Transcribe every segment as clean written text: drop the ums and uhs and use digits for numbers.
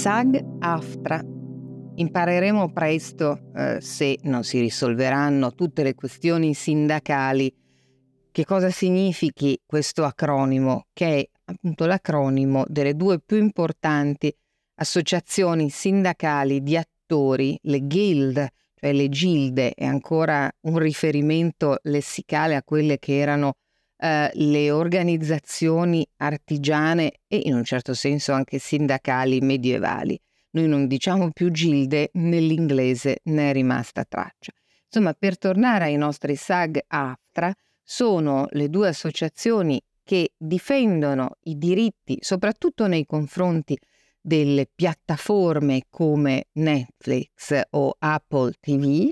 SAG-AFTRA. Impareremo presto, se non si risolveranno tutte le questioni sindacali, che cosa significhi questo acronimo, che è appunto l'acronimo delle due più importanti associazioni sindacali di attori, le guild, cioè le gilde, è ancora un riferimento lessicale a quelle che erano le organizzazioni artigiane e in un certo senso anche sindacali medievali. Noi non diciamo più gilde, nell'inglese ne è rimasta traccia. Insomma, per tornare ai nostri SAG-AFTRA, sono le due associazioni che difendono i diritti, soprattutto nei confronti delle piattaforme come Netflix o Apple TV,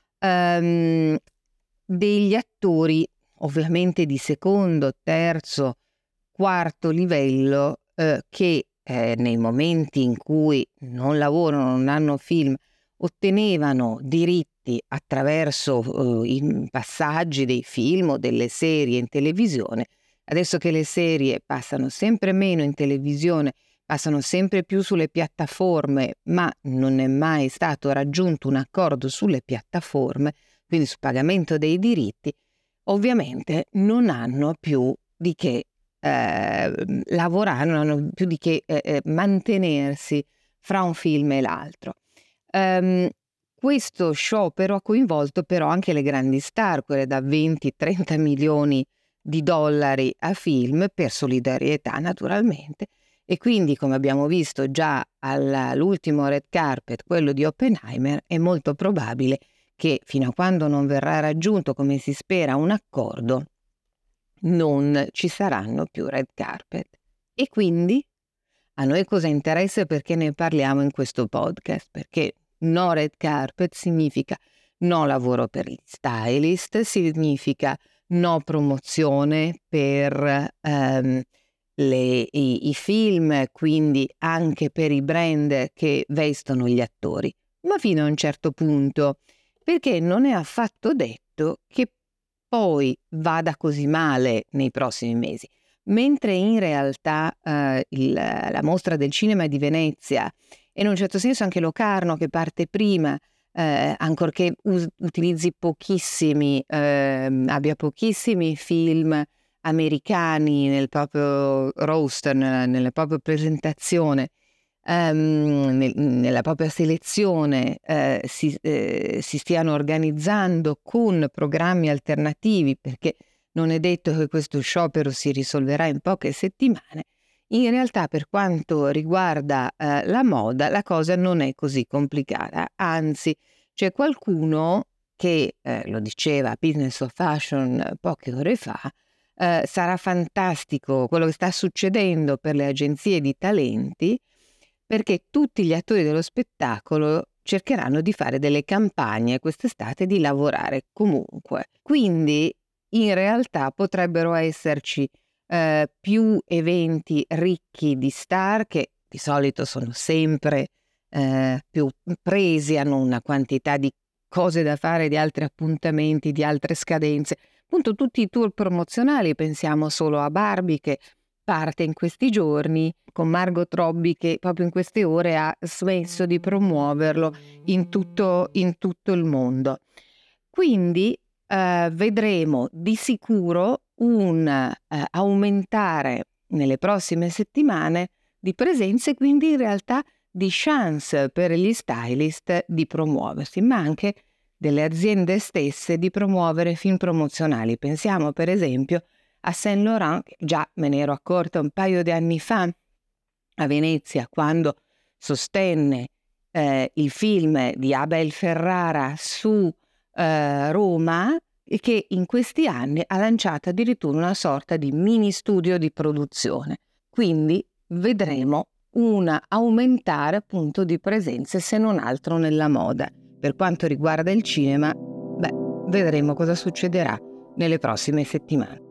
degli attori ovviamente di secondo, terzo, quarto livello che nei momenti in cui non lavorano, non hanno film, ottenevano diritti attraverso i passaggi dei film o delle serie in televisione. Adesso che le serie passano sempre meno in televisione, passano sempre più sulle piattaforme, ma non è mai stato raggiunto un accordo sulle piattaforme, quindi sul pagamento dei diritti, ovviamente non hanno più di che lavorare, non hanno più di che mantenersi fra un film e l'altro. Questo sciopero ha coinvolto però anche le grandi star, quelle da 20-30 milioni di dollari a film, per solidarietà naturalmente, e quindi, come abbiamo visto già all'ultimo red carpet, quello di Oppenheimer, è molto probabile che fino a quando non verrà raggiunto, come si spera, un accordo, non ci saranno più red carpet. E quindi a noi cosa interessa e perché ne parliamo in questo podcast? Perché no red carpet significa no lavoro per gli stylist, significa no promozione per i film, quindi anche per i brand che vestono gli attori, ma fino a un certo punto, perché non è affatto detto che poi vada così male nei prossimi mesi. Mentre in realtà la mostra del cinema di Venezia e in un certo senso anche Locarno, che parte prima, ancorché utilizzi pochissimi, abbia pochissimi film americani nel proprio roster, nella propria presentazione, nella propria selezione, si stiano organizzando con programmi alternativi, perché non è detto che questo sciopero si risolverà in poche settimane. In realtà, per quanto riguarda la moda, la cosa non è così complicata, anzi c'è qualcuno che lo diceva a Business of Fashion poche ore fa, sarà fantastico quello che sta succedendo per le agenzie di talenti, perché tutti gli attori dello spettacolo cercheranno di fare delle campagne quest'estate, di lavorare comunque. Quindi in realtà potrebbero esserci più eventi ricchi di star, che di solito sono sempre più presi, hanno una quantità di cose da fare, di altri appuntamenti, di altre scadenze. Appunto tutti i tour promozionali, pensiamo solo a Barbie che parte in questi giorni, con Margot Robbie che proprio in queste ore ha smesso di promuoverlo in tutto il mondo. Quindi vedremo di sicuro un aumentare nelle prossime settimane di presenze, quindi in realtà di chance per gli stylist di promuoversi, ma anche delle aziende stesse di promuovere film promozionali. Pensiamo per esempio a Saint Laurent, che già me ne ero accorta un paio di anni fa a Venezia, quando sostenne il film di Abel Ferrara su Roma, e che in questi anni ha lanciato addirittura una sorta di mini studio di produzione. Quindi vedremo un aumentare appunto di presenze, se non altro nella moda. Per quanto riguarda il cinema, vedremo cosa succederà nelle prossime settimane.